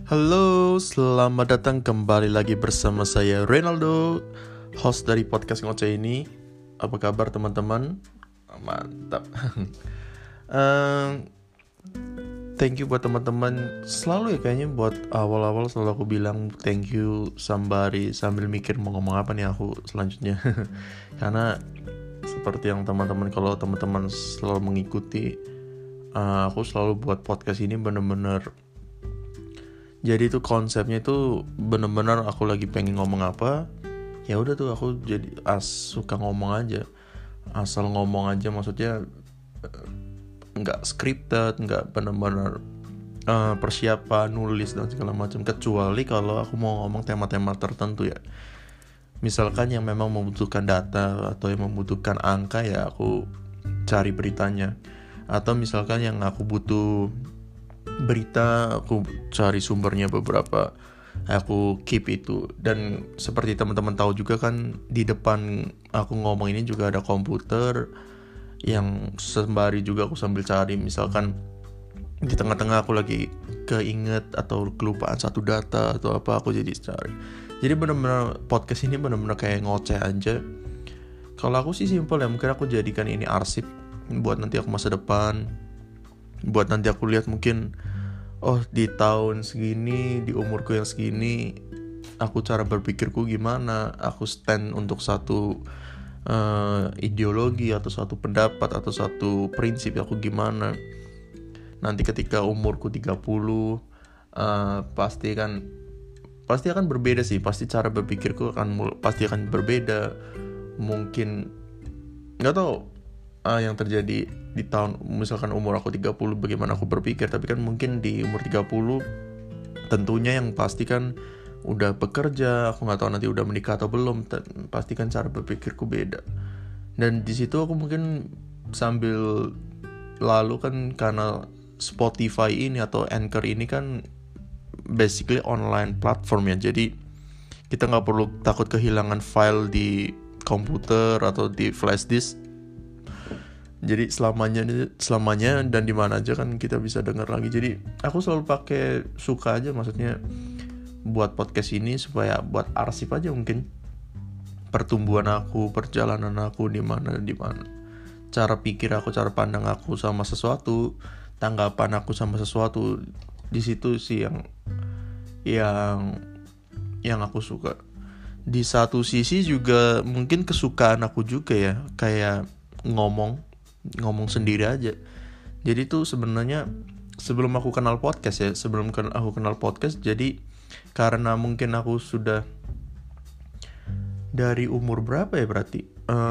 Halo, selamat datang kembali lagi bersama saya Renaldo, host dari podcast ngoceh ini. Apa kabar teman-teman? Mantap. Thank you buat teman-teman. Selalu ya kayaknya buat awal-awal selalu aku bilang thank you sembari sambil mikir mau ngomong apa nih aku selanjutnya. Karena seperti yang teman-teman, kalau teman-teman selalu mengikuti, aku selalu buat podcast ini bener-bener. Jadi tuh konsepnya itu bener-bener aku lagi pengen ngomong apa, ya udah tuh aku jadi suka ngomong aja, asal ngomong aja, maksudnya nggak scripted, nggak bener-bener persiapan nulis dan segala macam, kecuali kalau aku mau ngomong tema-tema tertentu ya. Misalkan yang memang membutuhkan data atau yang membutuhkan angka, ya aku cari beritanya. Atau misalkan yang aku butuh berita, aku cari sumbernya beberapa, aku keep itu. Dan seperti teman-teman tahu juga kan, di depan aku ngomong ini juga ada komputer yang sembari juga aku sambil cari. Misalkan di tengah-tengah aku lagi keinget atau kelupaan satu data atau apa, aku jadi cari. Jadi benar-benar podcast ini benar-benar kayak ngoceh aja. Kalau aku sih simpel ya, mungkin aku jadikan ini arsip buat nanti aku masa depan, buat nanti aku lihat mungkin, oh di tahun segini, di umurku yang segini, aku cara berpikirku gimana, aku stand untuk satu ideologi atau satu pendapat atau satu prinsip aku gimana. Nanti ketika umurku 30, pasti akan berbeda sih, pasti cara berpikirku pasti akan berbeda. Mungkin nggak tahu yang terjadi di tahun, misalkan umur aku 30 bagaimana aku berpikir, tapi kan mungkin di umur 30 tentunya yang pasti kan udah bekerja, aku nggak tahu nanti udah menikah atau belum, pasti kan cara berpikirku beda. Dan di situ aku mungkin sambil lalu kan, karena Spotify ini atau Anchor ini kan basically online platform ya, jadi kita nggak perlu takut kehilangan file di komputer atau di flash disk. Jadi selamanya dan di mana aja kan kita bisa dengar lagi. Jadi aku selalu pakai, suka aja maksudnya buat podcast ini supaya buat arsip aja, mungkin pertumbuhan aku, perjalanan aku di mana, cara pikir aku, cara pandang aku sama sesuatu, tanggapan aku sama sesuatu. Di situ sih yang aku suka. Di satu sisi juga mungkin kesukaan aku juga ya, kayak ngomong sendiri aja. Jadi tuh sebenarnya sebelum aku kenal podcast, jadi karena mungkin aku sudah dari umur berapa ya, berarti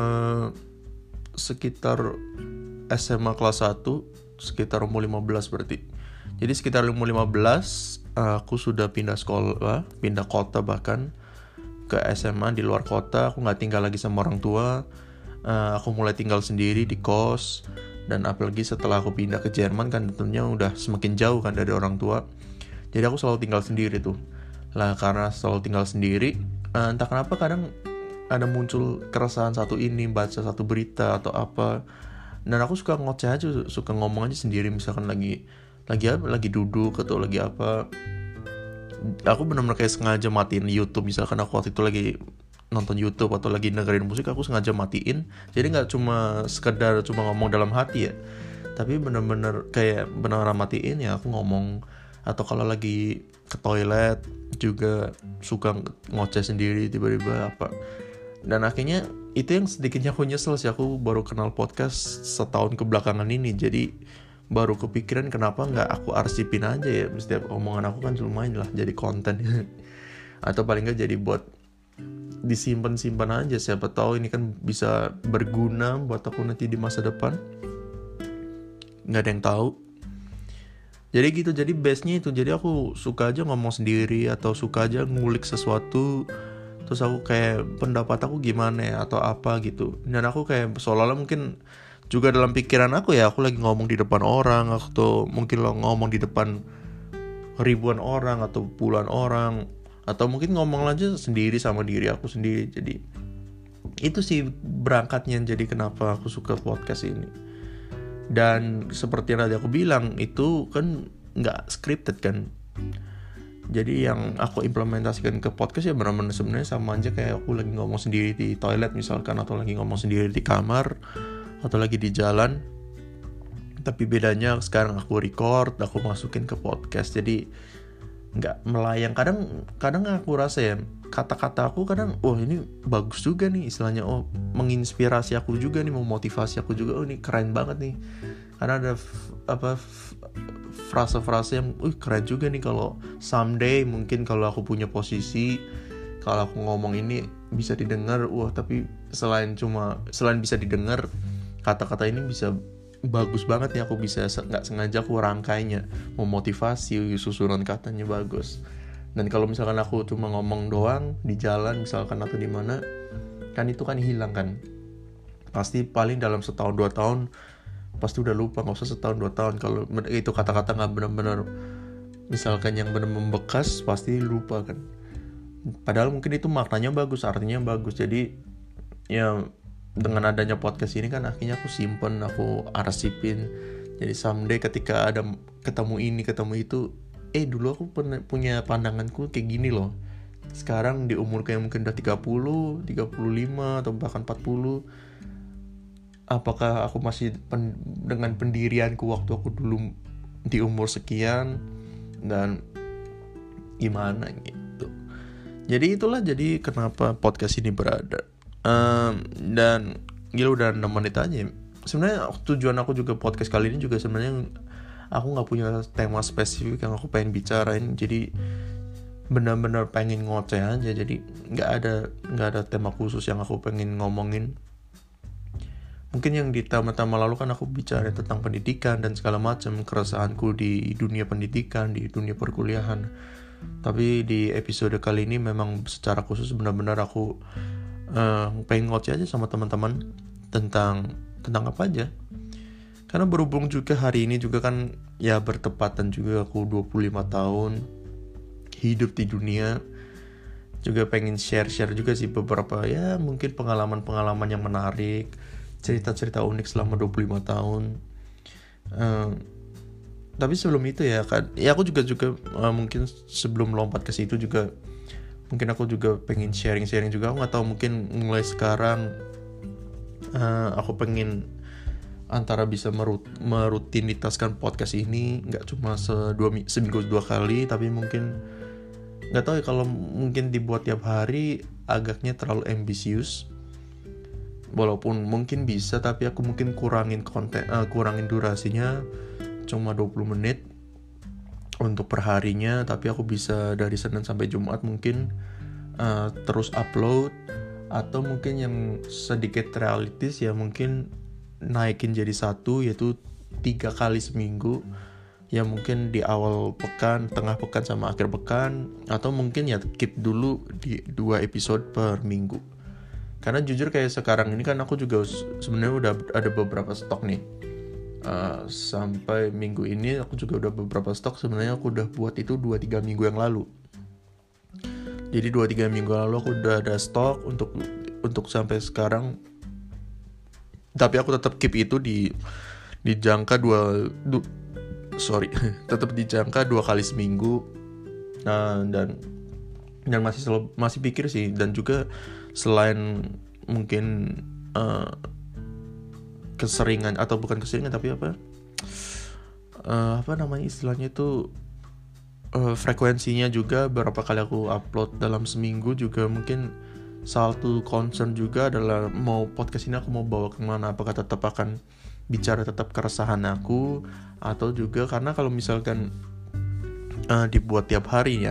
sekitar SMA kelas 1, sekitar umur 15 berarti. Jadi sekitar umur 15 aku sudah pindah sekolah, pindah kota, bahkan ke SMA di luar kota. Aku gak tinggal lagi sama orang tua, aku mulai tinggal sendiri di kos. Dan apalagi setelah aku pindah ke Jerman kan tentunya udah semakin jauh kan dari orang tua. Jadi aku selalu tinggal sendiri tuh. Lah karena selalu tinggal sendiri, entah kenapa kadang ada muncul keresahan satu ini, baca satu berita atau apa. Dan aku suka ngoceh aja, suka ngomong aja sendiri. Misalkan lagi duduk atau lagi apa, aku benar-benar kayak sengaja matiin YouTube. Misalkan aku waktu itu lagi nonton YouTube atau lagi dengerin musik, aku sengaja matiin. Jadi nggak cuma sekedar ngomong dalam hati ya, tapi benar-benar kayak benar-benar matiin ya aku ngomong. Atau kalau lagi ke toilet juga suka ngoceh sendiri tiba-tiba apa. Dan akhirnya itu yang sedikitnya aku nyesel sih, aku baru kenal podcast setahun kebelakangan ini. Jadi baru kepikiran kenapa nggak aku arsipin aja ya, setiap omongan aku kan lumayan lah jadi konten. Atau paling nggak jadi buat disimpan aja, siapa tahu ini kan bisa berguna buat aku nanti di masa depan, nggak ada yang tahu. Jadi gitu, jadi base-nya itu. Jadi aku suka aja ngomong sendiri atau suka aja ngulik sesuatu, terus aku kayak pendapat aku gimana ya atau apa gitu. Dan aku kayak seolah-olah mungkin juga dalam pikiran aku ya, aku lagi ngomong di depan orang, atau mungkin lo ngomong di depan ribuan orang atau puluhan orang, atau mungkin ngomong aja sendiri sama diri aku sendiri. Jadi itu sih berangkatnya, jadi kenapa aku suka podcast ini. Dan seperti yang tadi aku bilang, itu kan nggak scripted kan. Jadi yang aku implementasikan ke podcast ya benar-benar sebenarnya sama aja kayak aku lagi ngomong sendiri di toilet misalkan, atau lagi ngomong sendiri di kamar, atau lagi di jalan. Tapi bedanya sekarang aku record, aku masukin ke podcast, jadi nggak melayang. Kadang aku rasa ya, kata-kata aku kadang ini bagus juga nih istilahnya, menginspirasi aku juga nih, memotivasi aku juga, ini keren banget nih, karena ada frase-frase yang keren juga nih, kalau someday mungkin kalau aku punya posisi, kalau aku ngomong ini bisa didengar, tapi selain bisa didengar, kata-kata ini bisa bagus banget nih, aku bisa nggak sengaja aku rangkainya, memotivasi, susunan katanya bagus. Dan kalau misalkan aku cuma ngomong doang di jalan misalkan atau di mana, kan itu kan hilang kan, pasti paling dalam setahun 2 tahun pasti udah lupa, nggak usah setahun 2 tahun. Kalau itu kata-kata nggak benar-benar misalkan yang benar membekas, pasti lupa kan, padahal mungkin itu maknanya bagus, artinya bagus. Jadi ya dengan adanya podcast ini kan akhirnya aku simpen, aku arsipin. Jadi someday ketika ada ketemu itu, dulu aku punya pandanganku kayak gini loh. Sekarang di umur kayak mungkin udah 30, 35 atau bahkan 40, apakah aku masih dengan pendirianku waktu aku dulu di umur sekian, dan gimana gitu. Jadi itulah jadi kenapa podcast ini berada. Dan gila udah 6 menit aja. Sebenarnya tujuan aku juga podcast kali ini juga sebenarnya aku nggak punya tema spesifik yang aku pengen bicarain. Jadi benar-benar pengen ngoceh aja. Jadi nggak ada tema khusus yang aku pengen ngomongin. Mungkin yang di tema-tema lalu kan aku bicara tentang pendidikan dan segala macam, keresahanku di dunia pendidikan, di dunia perkuliahan. Tapi di episode kali ini memang secara khusus benar-benar aku pengen ngoceh aja sama teman-teman tentang apa aja. Karena berhubung juga hari ini juga kan ya bertepatan juga aku 25 tahun hidup di dunia. Juga pengen share juga sih beberapa ya mungkin pengalaman-pengalaman yang menarik, cerita-cerita unik selama 25 tahun. Tapi sebelum itu ya kan, ya aku juga mungkin sebelum lompat ke situ juga mungkin aku juga pengen sharing juga. Aku nggak tahu, mungkin mulai sekarang aku pengen antara bisa merutinitaskan podcast ini, nggak cuma seminggu 2 kali, tapi mungkin nggak tahu ya, kalau mungkin dibuat tiap hari agaknya terlalu ambisius. Walaupun mungkin bisa, tapi aku mungkin kurangin durasinya cuma 20 menit untuk perharinya. Tapi aku bisa dari Senin sampai Jumat mungkin terus upload, atau mungkin yang sedikit realistis ya mungkin naikin jadi 1, yaitu 3 kali seminggu. Ya mungkin di awal pekan, tengah pekan, sama akhir pekan. Atau mungkin ya keep dulu di 2 episode per minggu. Karena jujur kayak sekarang ini kan aku juga sebenarnya udah ada beberapa stok nih. Sampai minggu ini aku juga udah beberapa stok. Sebenarnya aku udah buat itu 2-3 minggu yang lalu. Jadi 2-3 minggu lalu aku udah ada stok untuk sampai sekarang. Tapi aku tetap keep itu di jangka tetap di jangka 2 kali seminggu. Dan masih pikir sih, dan juga selain mungkin keseringan, atau bukan keseringan tapi apa namanya istilahnya itu, frekuensinya juga berapa kali aku upload dalam seminggu juga. Mungkin salah satu concern juga adalah mau podcast ini aku mau bawa kemana, apakah tetap akan bicara tetap keresahan aku, atau juga karena kalau misalkan dibuat tiap hari,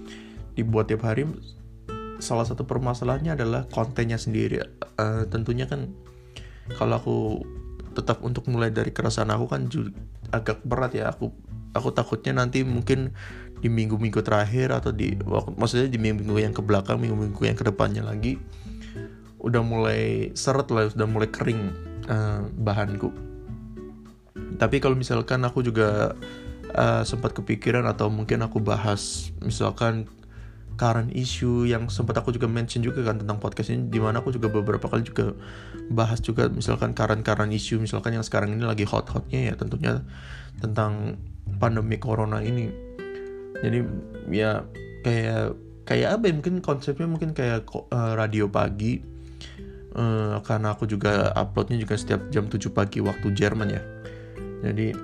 salah satu permasalahannya adalah kontennya sendiri. Tentunya kan kalau aku tetap untuk mulai dari keresahan aku kan agak berat ya. Aku takutnya nanti mungkin di minggu-minggu terakhir, atau maksudnya di minggu yang ke belakang, minggu-minggu yang ke depannya lagi udah mulai seret lah, udah mulai kering bahanku. Tapi kalau misalkan aku juga sempat kepikiran, atau mungkin aku bahas misalkan current issue yang sempat aku juga mention juga kan tentang podcast ini, dimana aku juga beberapa kali juga bahas juga misalkan current issue, misalkan yang sekarang ini lagi hot-hotnya ya tentunya tentang pandemi corona ini. Jadi ya kayak apa ya, mungkin konsepnya mungkin kayak radio pagi. Karena aku juga uploadnya juga setiap jam 7 pagi waktu Jerman ya. Jadi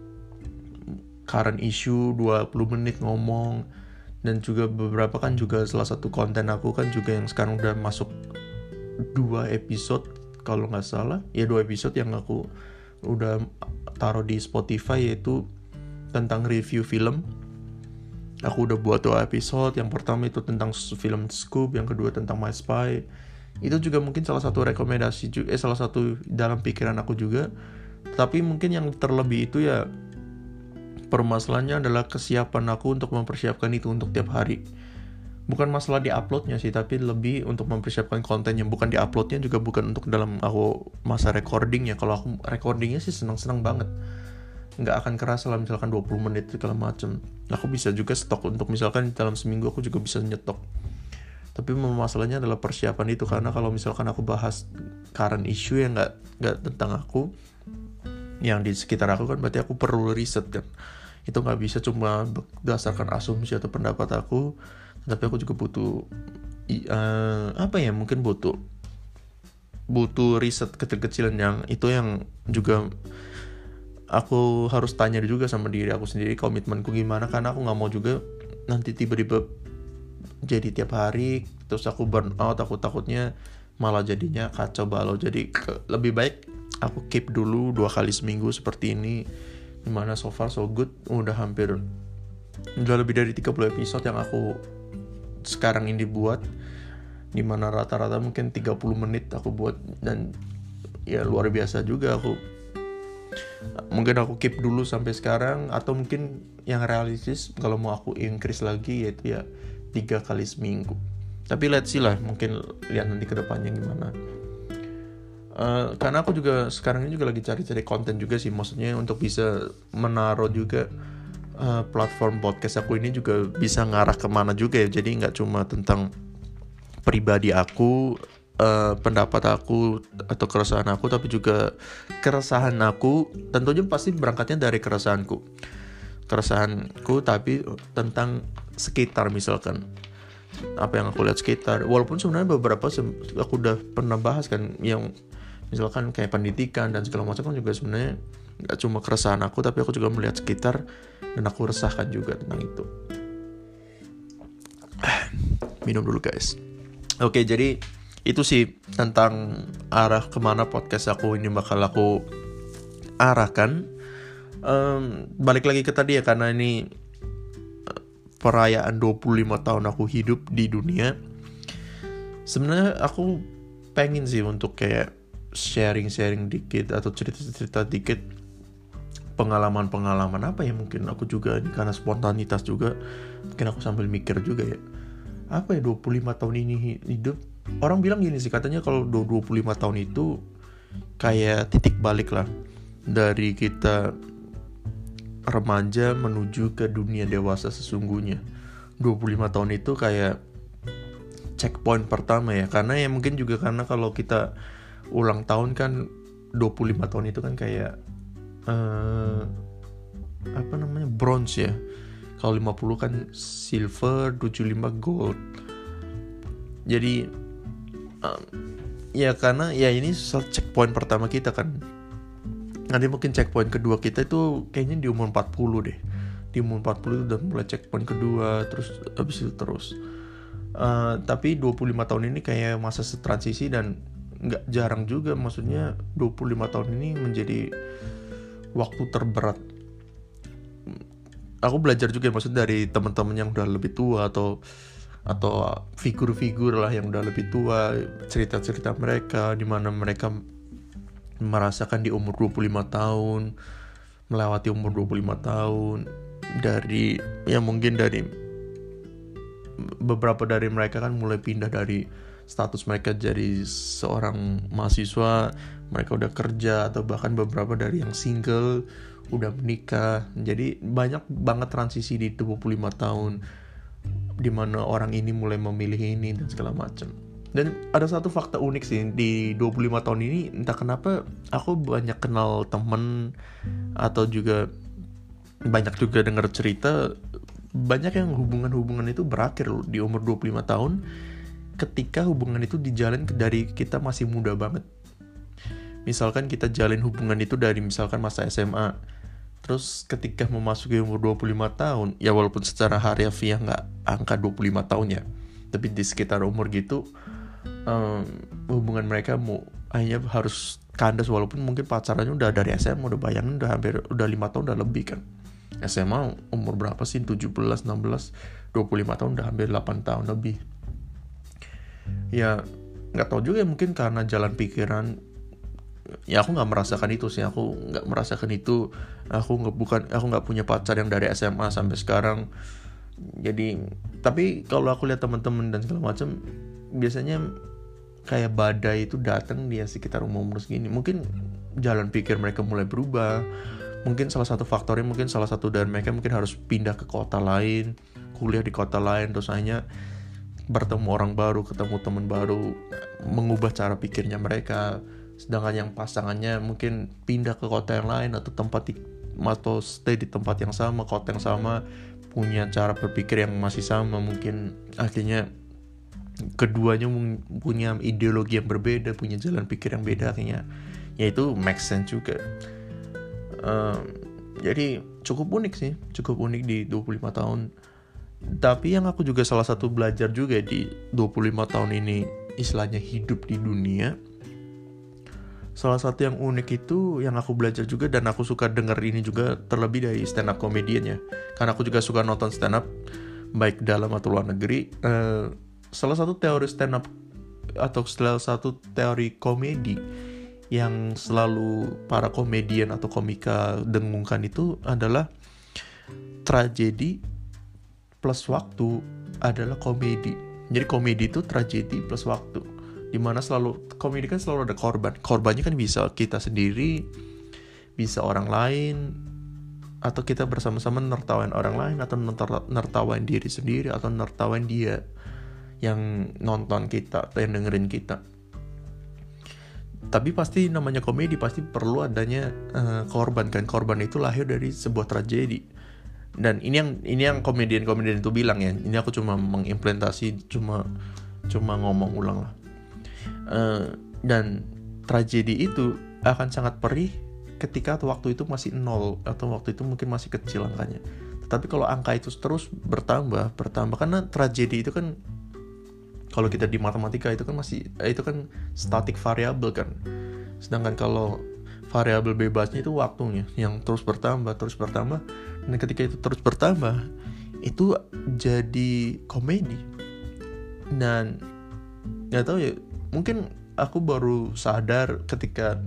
current issue 20 menit ngomong. Dan juga beberapa kan juga salah satu konten aku kan juga yang sekarang udah masuk 2 episode kalau nggak salah. Ya 2 episode yang aku udah taruh di Spotify, yaitu tentang review film. Aku udah buat 2 episode. Yang pertama itu tentang film Scoop, yang kedua tentang My Spy. Itu juga mungkin salah satu rekomendasi juga, salah satu dalam pikiran aku juga. Tapi mungkin yang terlebih itu ya, permasalahannya adalah kesiapan aku untuk mempersiapkan itu untuk tiap hari. Bukan masalah di uploadnya sih, tapi lebih untuk mempersiapkan kontennya. Bukan di uploadnya, juga bukan untuk dalam aku masa recordingnya. Kalau aku recordingnya sih senang-senang banget, nggak akan kerasa lah misalkan 20 menit segala macem. Aku bisa juga stok untuk misalkan dalam seminggu aku juga bisa nyetok. Tapi masalahnya adalah persiapan itu, karena kalau misalkan aku bahas current issue yang nggak tentang aku, yang di sekitar aku kan, berarti aku perlu riset kan. Itu nggak bisa cuma berdasarkan asumsi atau pendapat aku, tapi aku juga butuh mungkin butuh riset kecil-kecilan yang itu, yang juga aku harus tanya juga sama diri aku sendiri, komitmenku gimana. Karena aku nggak mau juga nanti tiba-tiba jadi tiap hari terus aku burn out. Aku takutnya malah jadinya kacau balau. Jadi lebih baik aku keep dulu 2 kali seminggu seperti ini, dimana so far so good. Udah lebih dari 30 episode yang aku sekarang ini buat, dimana rata-rata mungkin 30 menit aku buat. Dan ya luar biasa juga. Mungkin aku keep dulu sampai sekarang, atau mungkin yang realistis kalau mau aku increase lagi yaitu ya 3 kali seminggu. Tapi let's see lah, mungkin lihat nanti ke depannya gimana. Karena aku juga sekarang ini juga lagi cari-cari konten juga sih, maksudnya untuk bisa menaruh juga platform podcast aku ini juga bisa ngarah kemana juga ya. Jadi nggak cuma tentang pribadi aku, pendapat aku atau keresahan aku, tapi juga keresahan aku tentunya pasti berangkatnya dari keresahanku, tapi tentang sekitar. Misalkan apa yang aku lihat sekitar, walaupun sebenarnya beberapa aku udah pernah bahas kan, yang misalkan kayak pendidikan dan segala macam kan juga sebenarnya nggak cuma keresahan aku, tapi aku juga melihat sekitar dan aku resahkan juga tentang itu. Minum dulu guys. Oke, jadi itu sih tentang arah kemana podcast aku ini bakal aku arahkan. Balik lagi ke tadi ya, karena ini perayaan 25 tahun aku hidup di dunia. Sebenarnya aku pengen sih untuk kayak sharing dikit atau cerita dikit, pengalaman apa ya. Mungkin aku juga karena spontanitas juga, mungkin aku sambil mikir juga ya, apa ya 25 tahun ini hidup. Orang bilang gini sih, katanya kalau 25 tahun itu kayak titik balik lah dari kita remaja menuju ke dunia dewasa sesungguhnya. 25 tahun itu kayak checkpoint pertama ya. Karena ya mungkin juga karena kalau kita ulang tahun kan 25 tahun itu kan kayak bronze ya. Kalau 50 kan silver, 75 gold. Jadi ya karena ya ini checkpoint pertama kita kan. Nanti mungkin checkpoint kedua kita itu kayaknya di umur 40 deh. Di umur 40 itu udah mulai checkpoint kedua, terus habis itu terus. Tapi 25 tahun ini kayak masa transisi, dan gak jarang juga, maksudnya 25 tahun ini menjadi waktu terberat. Aku belajar juga maksudnya dari teman-teman yang udah lebih tua atau figur-figur lah yang udah lebih tua, cerita-cerita mereka di mana mereka merasakan di umur 25 tahun, melewati umur 25 tahun, dari ya mungkin dari beberapa dari mereka kan mulai pindah dari status mereka jadi seorang mahasiswa, mereka udah kerja, atau bahkan beberapa dari yang single udah menikah. Jadi banyak banget transisi di 25 tahun dimana orang ini mulai memilih ini dan segala macam. Dan ada satu fakta unik sih di 25 tahun ini, entah kenapa aku banyak kenal temen atau juga banyak juga dengar cerita banyak yang hubungan-hubungan itu berakhir loh di umur 25 tahun ketika hubungan itu dijalin dari kita masih muda banget. Misalkan kita jalin hubungan itu dari misalkan masa SMA, terus ketika memasuki umur 25 tahun, ya walaupun secara harafiah nggak angka 25 tahun ya, tapi di sekitar umur gitu, hubungan mereka akhirnya harus kandas, walaupun mungkin pacarannya udah dari SMA, udah bayangin udah 5 tahun udah lebih kan. SMA umur berapa sih? 17, 16, 25 tahun udah hampir 8 tahun lebih. Ya nggak tahu juga, mungkin karena jalan pikiran. Ya aku nggak merasakan itu sih, aku nggak merasakan itu. Aku nggak punya pacar yang dari SMA sampai sekarang. Jadi, tapi kalau aku lihat teman-teman dan segala macam, biasanya kayak badai itu datang di sekitar umur segini. Mungkin jalan pikir mereka mulai berubah. Mungkin salah satu faktornya, mungkin salah satu dari mereka mungkin harus pindah ke kota lain, kuliah di kota lain, terus hanya bertemu orang baru, ketemu teman baru, mengubah cara pikirnya mereka. Sedangkan yang pasangannya mungkin pindah ke kota yang lain atau atau stay di tempat yang sama, kota yang sama, punya cara berpikir yang masih sama. Mungkin akhirnya keduanya punya ideologi yang berbeda, punya jalan pikir yang beda akhirnya. Ya itu make sense juga. Jadi cukup unik di 25 tahun. Tapi yang aku juga salah satu belajar juga di 25 tahun ini, istilahnya hidup di dunia, salah satu yang unik itu yang aku belajar juga, dan aku suka denger ini juga terlebih dari stand up comedian ya, karena aku juga suka nonton stand up baik dalam atau luar negeri. Salah satu teori stand up atau salah satu teori komedi yang selalu para komedian atau komika dengungkan itu adalah tragedi plus waktu adalah komedi. Jadi komedi itu tragedi plus waktu, dimana komedi kan selalu ada korbannya kan bisa kita sendiri, bisa orang lain, atau kita bersama-sama nertawain orang lain, atau nertawain diri sendiri, atau nertawain dia yang nonton kita atau yang dengerin kita. Tapi pasti namanya komedi pasti perlu adanya korban kan. Korban itu lahir dari sebuah tragedi. Dan ini yang komedian itu bilang ya. Ini aku cuma mengimplementasi, cuma ngomong ulang lah. Dan tragedi itu akan sangat perih ketika waktu itu masih 0, atau waktu itu mungkin masih kecil angkanya. Tetapi kalau angka itu terus bertambah, karena tragedi itu kan, kalau kita di matematika itu kan static variable kan. Sedangkan kalau variabel bebasnya itu waktunya yang terus bertambah. Dan ketika itu terus bertambah, itu jadi komedi. Dan nggak tahu ya, mungkin aku baru sadar ketika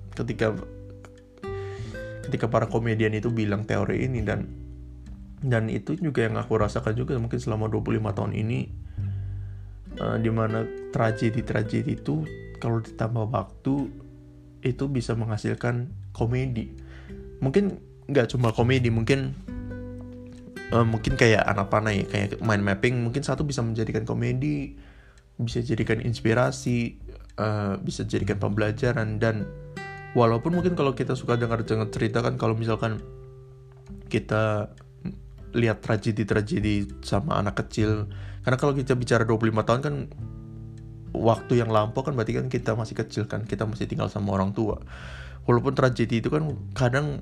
para komedian itu bilang teori ini, dan itu juga yang aku rasakan juga mungkin selama 25 tahun ini. Dimana tragedi itu kalau ditambah waktu itu bisa menghasilkan komedi. Mungkin nggak cuma komedi, mungkin kayak anak panah ya, kayak mind mapping, mungkin satu bisa menjadikan komedi, bisa jadikan inspirasi, bisa jadikan pembelajaran. Dan walaupun mungkin kalau kita suka dengar cerita kan, kalau misalkan kita lihat tragedi sama anak kecil, karena kalau kita bicara 25 tahun kan waktu yang lampau kan, berarti kan kita masih kecil kan, kita masih tinggal sama orang tua. Walaupun tragedi itu kan kadang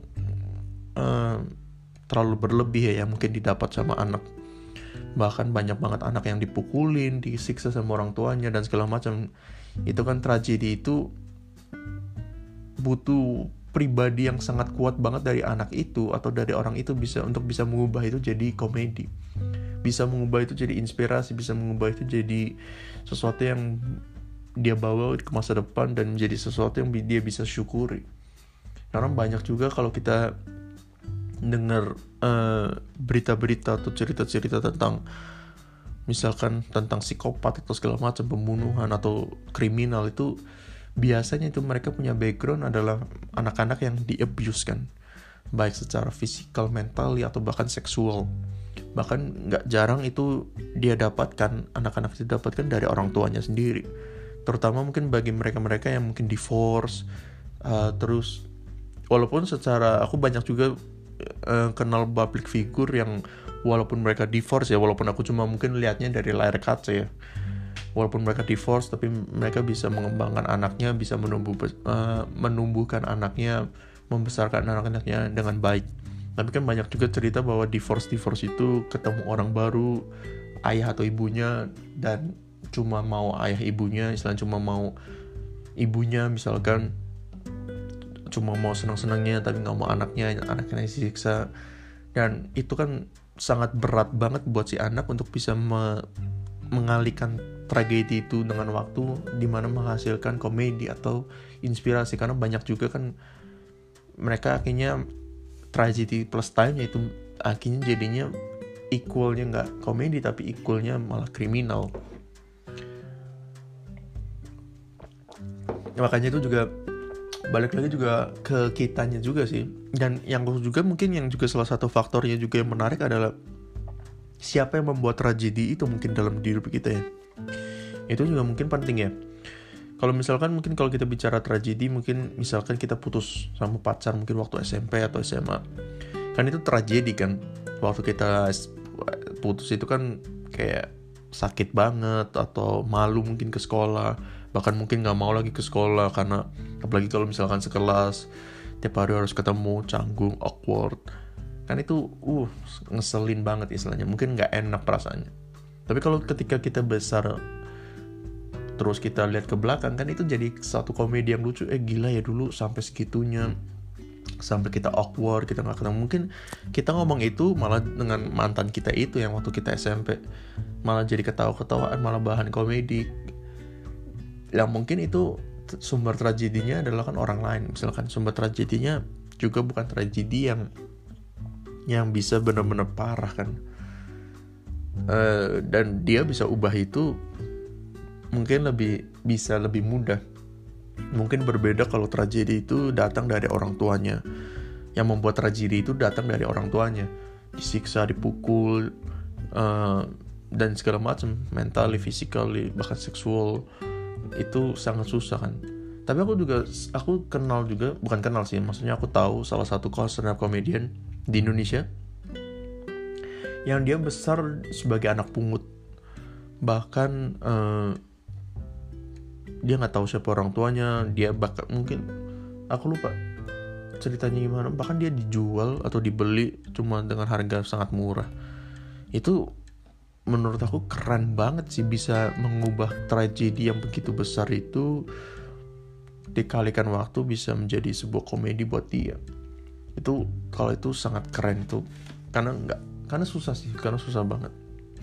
terlalu berlebih ya, yang mungkin didapat sama anak. Bahkan banyak banget anak yang dipukulin, disiksa sama orang tuanya dan segala macam. Itu kan tragedi itu butuh pribadi yang sangat kuat banget dari anak itu atau dari orang itu untuk bisa mengubah itu jadi komedi, bisa mengubah itu jadi inspirasi, bisa mengubah itu jadi sesuatu yang dia bawa ke masa depan dan menjadi sesuatu yang dia bisa syukuri. Karena banyak juga kalau kita dengar berita-berita atau cerita-cerita tentang misalkan tentang psikopat atau segala macam, pembunuhan atau kriminal, itu biasanya itu mereka punya background adalah anak-anak yang di-abuse kan, baik secara fisikal, mental, atau bahkan seksual. Bahkan nggak jarang itu dia dapatkan, anak-anak itu dapatkan dari orang tuanya sendiri. Terutama mungkin bagi mereka-mereka yang mungkin divorce, terus walaupun secara aku banyak juga kenal public figure yang walaupun mereka divorce ya, walaupun aku cuma mungkin lihatnya dari layar kaca ya, walaupun mereka divorce tapi mereka bisa mengembangkan anaknya, bisa menumbuhkan anaknya, membesarkan anak-anaknya dengan baik. Tapi kan banyak juga cerita bahwa divorce itu ketemu orang baru, ayah atau ibunya, dan cuma mau ayah ibunya, istilahnya cuma mau ibunya, misalkan cuma mau senang-senangnya tapi nggak mau anaknya disiksa. Dan itu kan sangat berat banget buat si anak untuk bisa mengalihkan tragedi itu dengan waktu, dimana menghasilkan komedi atau inspirasi. Karena banyak juga kan mereka akhirnya tragedy plus time, yaitu akhirnya jadinya equalnya nggak komedi tapi equalnya malah kriminal. Makanya itu juga balik lagi juga ke kitanya juga sih. Dan yang juga mungkin yang juga salah satu faktornya juga yang menarik adalah siapa yang membuat tragedi itu mungkin dalam diri kita ya. Itu juga mungkin penting ya. Kalau misalkan mungkin kalau kita bicara tragedi, mungkin misalkan kita putus sama pacar mungkin waktu SMP atau SMA, kan itu tragedi kan. Waktu kita putus itu kan kayak sakit banget, atau malu mungkin ke sekolah, bahkan mungkin gak mau lagi ke sekolah, karena apalagi kalau misalkan sekelas tiap hari harus ketemu, canggung, awkward, kan itu ngeselin banget istilahnya, mungkin gak enak perasaannya. Tapi kalau ketika kita besar terus kita lihat ke belakang, kan itu jadi satu komedi yang lucu. Gila ya, dulu sampai segitunya, sampai kita awkward, kita gak ketemu. Mungkin kita ngomong itu malah dengan mantan kita itu yang waktu kita SMP, malah jadi ketawa-ketawaan, malah bahan komedi. Yang mungkin itu sumber tragedinya adalah kan orang lain. Misalkan sumber tragedinya juga bukan tragedi yang bisa benar-benar parah kan. Dan dia bisa ubah itu mungkin bisa lebih mudah. Mungkin berbeda kalau tragedi itu datang dari orang tuanya. Yang membuat tragedi itu datang dari orang tuanya, disiksa, dipukul, dan segala macam, mentally, physically, bahkan seksual. Itu sangat susah kan. Tapi aku kenal juga, bukan kenal sih, maksudnya aku tahu salah satu stand up comedian di Indonesia yang dia besar sebagai anak pungut. Bahkan dia nggak tahu siapa orang tuanya, dia bahkan mungkin, aku lupa ceritanya gimana, bahkan dia dijual atau dibeli cuma dengan harga sangat murah. Itu menurut aku keren banget sih, bisa mengubah tragedi yang begitu besar itu dikalikan waktu bisa menjadi sebuah komedi buat dia. Itu kalau itu sangat keren tuh, karena susah sih, karena susah banget.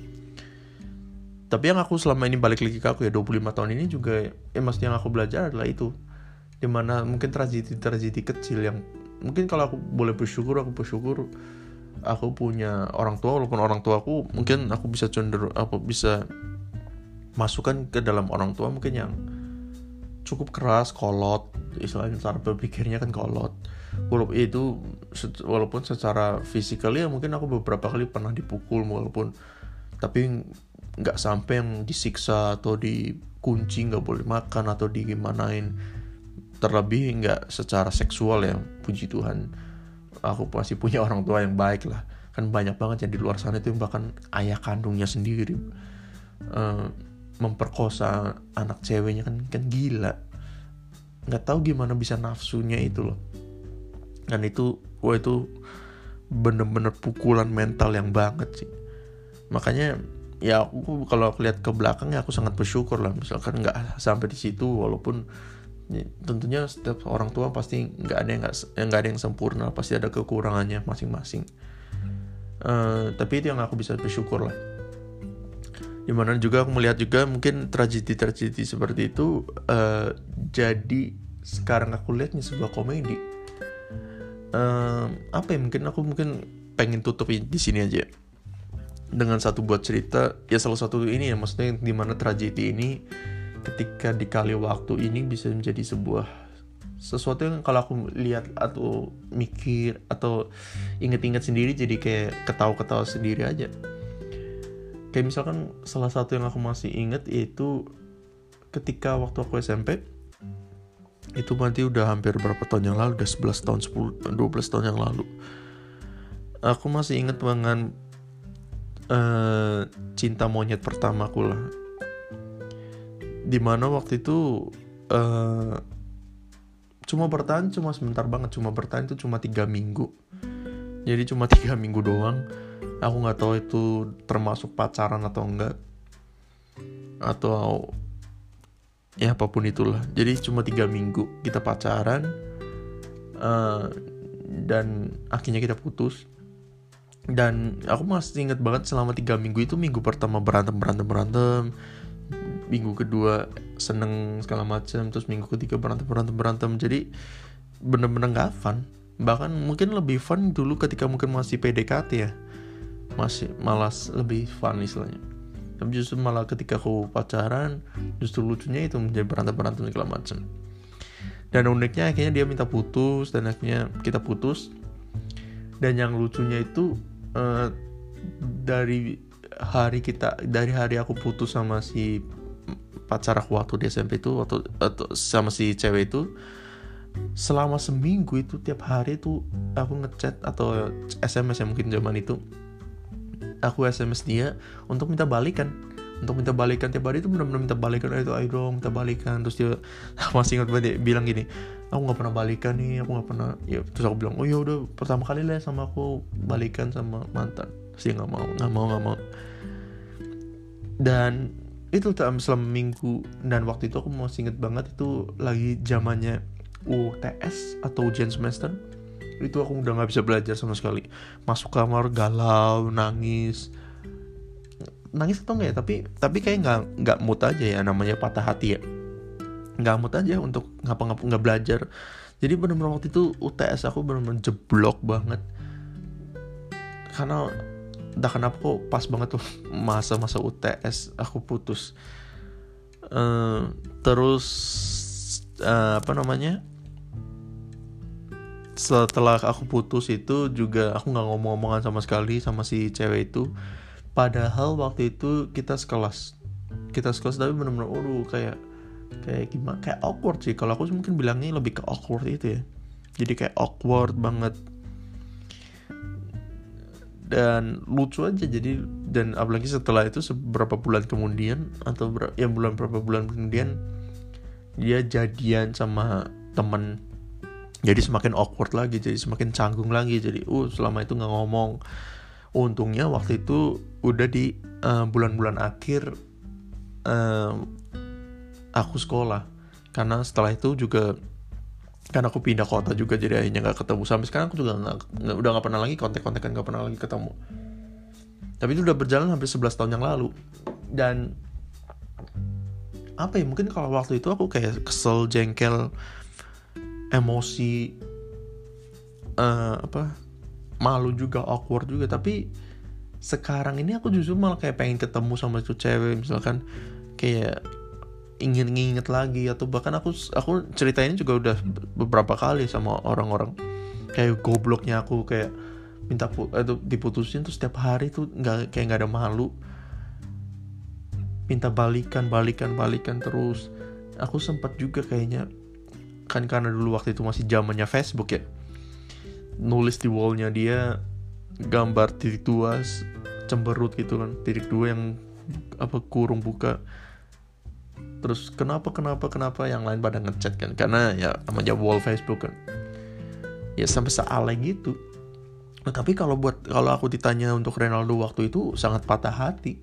Tapi yang aku selama ini, balik lagi ke aku ya, 25 tahun ini juga maksudnya yang aku belajar adalah itu, dimana mungkin tragedi kecil yang mungkin kalau aku boleh bersyukur, aku punya orang tua. Walaupun orang tua aku mungkin aku bisa bisa masukkan ke dalam orang tua mungkin yang cukup keras, kolot, istilahnya cara berpikirnya kan kolot. Walaupun secara fisikal ya mungkin aku beberapa kali pernah dipukul, tapi nggak sampai yang disiksa atau dikunci, nggak boleh makan atau digimanain. Terlebih nggak secara seksual ya, puji Tuhan. Aku pasti punya orang tua yang baik lah. Kan banyak banget yang di luar sana itu bahkan ayah kandungnya sendiri memperkosa anak ceweknya, kan gila. Nggak tahu gimana bisa nafsunya itu loh. Dan itu bener-bener pukulan mental yang banget sih. Makanya ya aku kalau lihat ke belakang ya aku sangat bersyukur lah, misalkan nggak sampai di situ. Walaupun tentunya setiap orang tua pasti nggak ada yang sempurna, pasti ada kekurangannya masing-masing. Tapi itu yang aku bisa bersyukur lah. Dimana juga aku melihat juga mungkin tragedi seperti itu jadi sekarang aku lihatnya sebuah komedi. Mungkin aku pengen tutup di sini aja dengan satu buat cerita ya, salah satu ini ya, maksudnya dimana tragedi ini ketika dikali waktu ini bisa menjadi sesuatu yang kalau aku lihat atau mikir atau inget-inget sendiri jadi kayak ketawa-ketawa sendiri aja. Kayak misalkan salah satu yang aku masih inget yaitu ketika waktu aku SMP, itu berarti udah hampir berapa tahun yang lalu, udah 11 tahun, 12 tahun yang lalu. Aku masih inget dengan cinta monyet pertamaku lah. Dimana waktu itu cuma sebentar banget, cuma bertahan itu cuma 3 minggu. Jadi cuma 3 minggu doang. Aku gak tahu itu termasuk pacaran atau enggak, atau ya apapun itulah. Jadi cuma 3 minggu kita pacaran, dan akhirnya kita putus. Dan aku masih inget banget selama 3 minggu itu, minggu pertama berantem, minggu kedua seneng segala macam, terus minggu ketiga berantem. Jadi bener-bener gak fun. Bahkan mungkin lebih fun dulu ketika mungkin masih PDKT ya, masih malas lebih fun istilahnya. Tapi justru malah ketika aku pacaran, justru lucunya itu menjadi berantem segala macam. Dan uniknya akhirnya dia minta putus, dan akhirnya kita putus. Dan yang lucunya itu dari hari aku putus sama si pacar aku waktu di SMP itu, atau sama si cewek itu, selama seminggu itu tiap hari itu aku ngechat atau SMS ya, mungkin zaman itu aku SMS dia untuk minta balikan tiap hari itu, benar-benar minta balikan. Itu ayo dong minta balikan. Terus dia masih ingat banget, dia bilang gini, aku nggak pernah balikan nih, aku nggak pernah ya. Terus aku bilang, oh ya udah, pertama kali lah sama aku balikan sama mantan. Terus dia nggak mau. Dan itu selama minggu. Dan waktu itu aku masih inget banget, itu lagi zamannya UTS atau ujian semester. Itu aku udah nggak bisa belajar sama sekali. Masuk kamar galau, nangis atau enggak ya, tapi kayak nggak mood aja ya, namanya patah hati ya, nggak mood aja untuk ngapa-ngapa, nggak belajar. Jadi benar-benar waktu itu UTS aku benar-benar jeblok banget, karena entah kenapa kok pas banget tuh masa-masa UTS aku putus. Terus setelah aku putus itu juga aku nggak ngomong-ngomongan sama sekali sama si cewek itu. Padahal waktu itu kita sekelas, tapi benar-benar kayak gimana, kayak awkward sih. Kalau aku mungkin bilangnya lebih ke awkward itu ya. Jadi kayak awkward banget dan lucu aja. Jadi, dan apalagi setelah itu beberapa bulan kemudian, atau beberapa bulan kemudian dia jadian sama temen. Jadi semakin awkward lagi, jadi semakin canggung lagi. Jadi selama itu nggak ngomong. Untungnya waktu itu udah di bulan-bulan akhir aku sekolah, karena setelah itu juga kan aku pindah kota juga, jadi akhirnya nggak ketemu. Sampai sekarang aku juga udah nggak pernah lagi kontak-kontakan, nggak pernah lagi ketemu. Tapi itu udah berjalan hampir 11 tahun yang lalu. Dan apa ya, mungkin kalau waktu itu aku kayak kesel, jengkel, emosi, malu juga, awkward juga. Tapi sekarang ini aku justru malah kayak pengen ketemu sama itu cewek, misalkan kayak ingin nginget lagi, atau bahkan aku ceritainnya juga udah beberapa kali sama orang-orang. Kayak gobloknya aku kayak minta diputusin tuh setiap hari tuh nggak ada malu, minta balikan terus. Aku sempat juga kayaknya, kan karena dulu waktu itu masih zamannya Facebook ya, nulis di wallnya dia gambar titik 2 cemberut gitu kan, titik 2 yang kurung buka. Terus kenapa yang lain pada ngechat kan, karena ya namanya wall Facebook kan. Ya sampai sealay gitu. Nah, tapi kalau aku ditanya untuk Ronaldo waktu itu, sangat patah hati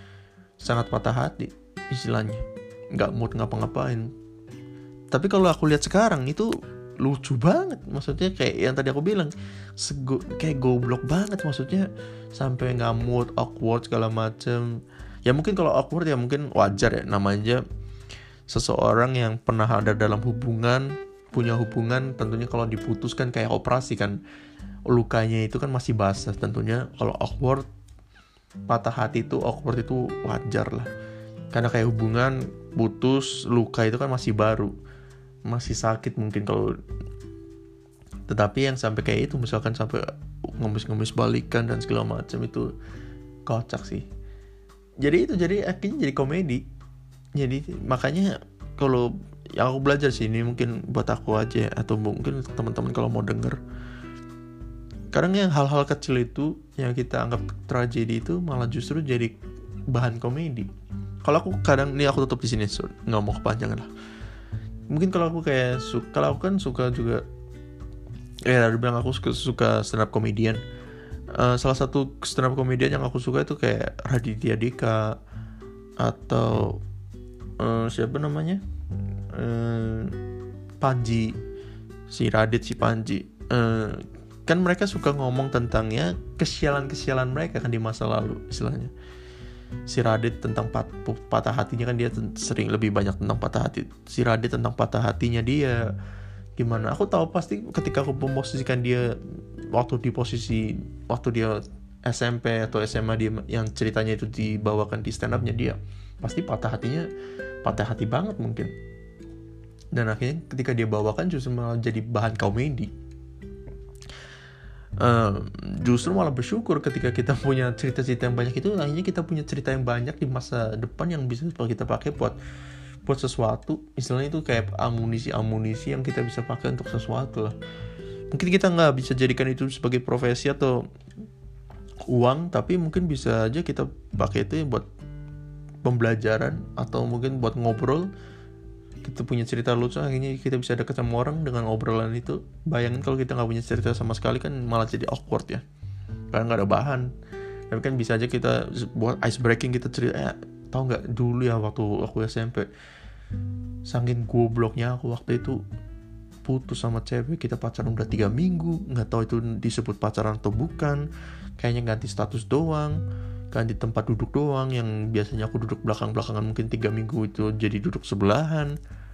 istilahnya, nggak mood ngapa-ngapain. Tapi kalau aku lihat sekarang itu lucu banget, maksudnya kayak yang tadi aku bilang, kayak goblok banget, maksudnya sampai nggak mood, awkward segala macem. Ya mungkin kalau awkward ya mungkin wajar ya, namanya seseorang yang pernah ada dalam punya hubungan, tentunya kalau diputuskan kayak operasi kan, lukanya itu kan masih basah. Tentunya kalau awkward, patah hati itu, awkward itu wajar lah, karena kayak hubungan putus, luka itu kan masih baru, masih sakit mungkin kalau. Tetapi yang sampai kayak itu, misalkan sampai ngemis balikan dan segala macam, itu kocak sih. Jadi akhirnya jadi komedi. Jadi makanya kalau yang aku belajar sih, ini mungkin buat aku aja, atau mungkin teman-teman kalau mau denger, kadang yang hal-hal kecil itu yang kita anggap tragedi itu malah justru jadi bahan komedi. Kalau aku kadang, ini aku tutup di sini, nggak mau kepanjangan lah. Mungkin kalau aku kayak kalau aku kan suka juga, tadi bilang aku suka stand up comedian. Salah satu stand up comedian yang aku suka itu kayak Raditya Dika atau siapa namanya, Panji, si Radit, si Panji. Kan mereka suka ngomong tentangnya kesialan-kesialan mereka kan di masa lalu istilahnya. Si Radit tentang patah hatinya kan, dia sering lebih banyak tentang patah hati. Si Radit tentang patah hatinya dia gimana. Aku tahu pasti ketika aku memposisikan dia waktu dia SMP atau SMA, dia yang ceritanya itu dibawakan di stand upnya, dia pasti patah hati banget mungkin. Dan akhirnya ketika dia bawakan justru malah jadi bahan komedi. Justru malah bersyukur ketika kita punya cerita-cerita yang banyak itu, akhirnya kita punya cerita yang banyak di masa depan yang bisa kita pakai buat sesuatu. Istilahnya itu kayak amunisi yang kita bisa pakai untuk sesuatu lah. Mungkin kita nggak bisa jadikan itu sebagai profesi atau uang, tapi mungkin bisa aja kita pakai itu buat pembelajaran atau mungkin buat ngobrol. Kita punya cerita lucu, akhirnya kita bisa dekat sama orang dengan obrolan itu. Bayangin kalau kita nggak punya cerita sama sekali, kan malah jadi awkward ya, karena nggak ada bahan. Tapi kan bisa aja kita buat ice breaking, kita cerita, tahu nggak dulu ya waktu aku SMP, saking gobloknya aku waktu itu putus sama cewek, kita pacaran udah 3 minggu, nggak tahu itu disebut pacaran atau bukan. Kayaknya ganti status doang, ganti tempat duduk doang. Yang biasanya aku duduk belakang-belakangan, mungkin 3 minggu itu jadi duduk sebelahan.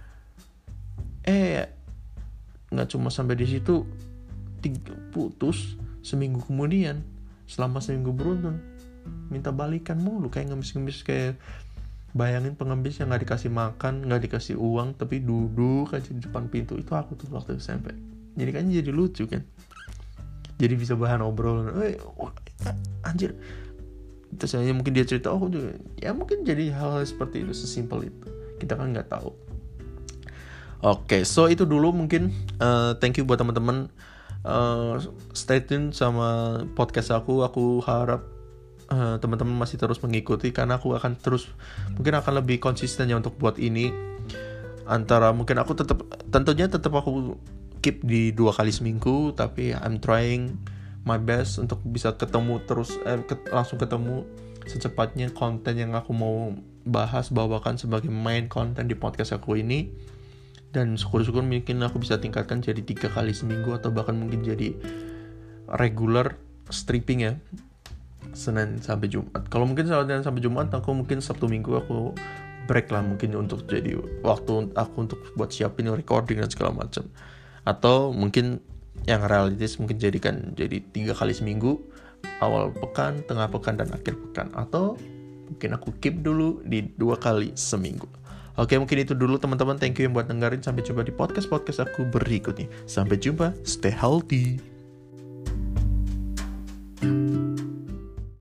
Nggak cuma sampai di situ, putus seminggu kemudian, selama seminggu beruntun minta balikan mulu, kayak ngemis-ngemis. Kayak bayangin pengemis yang nggak dikasih makan, nggak dikasih uang, tapi duduk aja di depan pintu. Itu aku tuh waktu SMP. Jadi kan jadi lucu kan, jadi bisa bahan obrolan. Anjir, terus aja mungkin dia cerita, juga ya mungkin jadi hal seperti itu, sesimpel itu. Kita kan nggak tahu. Oke, so itu dulu mungkin. Thank you buat teman-teman. Stay tune sama podcast aku. Aku harap teman-teman masih terus mengikuti, karena aku akan mungkin akan lebih konsisten ya untuk buat ini. Antara mungkin aku tentunya tetap aku keep di 2 kali seminggu, tapi I'm trying my best untuk bisa ketemu terus, langsung ketemu secepatnya konten yang aku mau bawakan sebagai main konten di podcast aku ini. Dan syukur-syukur mungkin aku bisa tingkatkan jadi 3 kali seminggu, atau bahkan mungkin jadi regular stripping ya, Senin sampai Jumat. Kalau mungkin Senin sampai Jumat, aku mungkin Sabtu Minggu aku break lah, mungkin untuk jadi waktu aku untuk buat siapin recording dan segala macam. Atau mungkin yang realistis mungkin jadikan jadi 3 kali seminggu, awal pekan, tengah pekan, dan akhir pekan. Atau mungkin aku keep dulu di 2 kali seminggu. Oke, mungkin itu dulu teman-teman. Thank you yang buat dengerin. Sampai jumpa di podcast aku berikutnya. Sampai jumpa, stay healthy.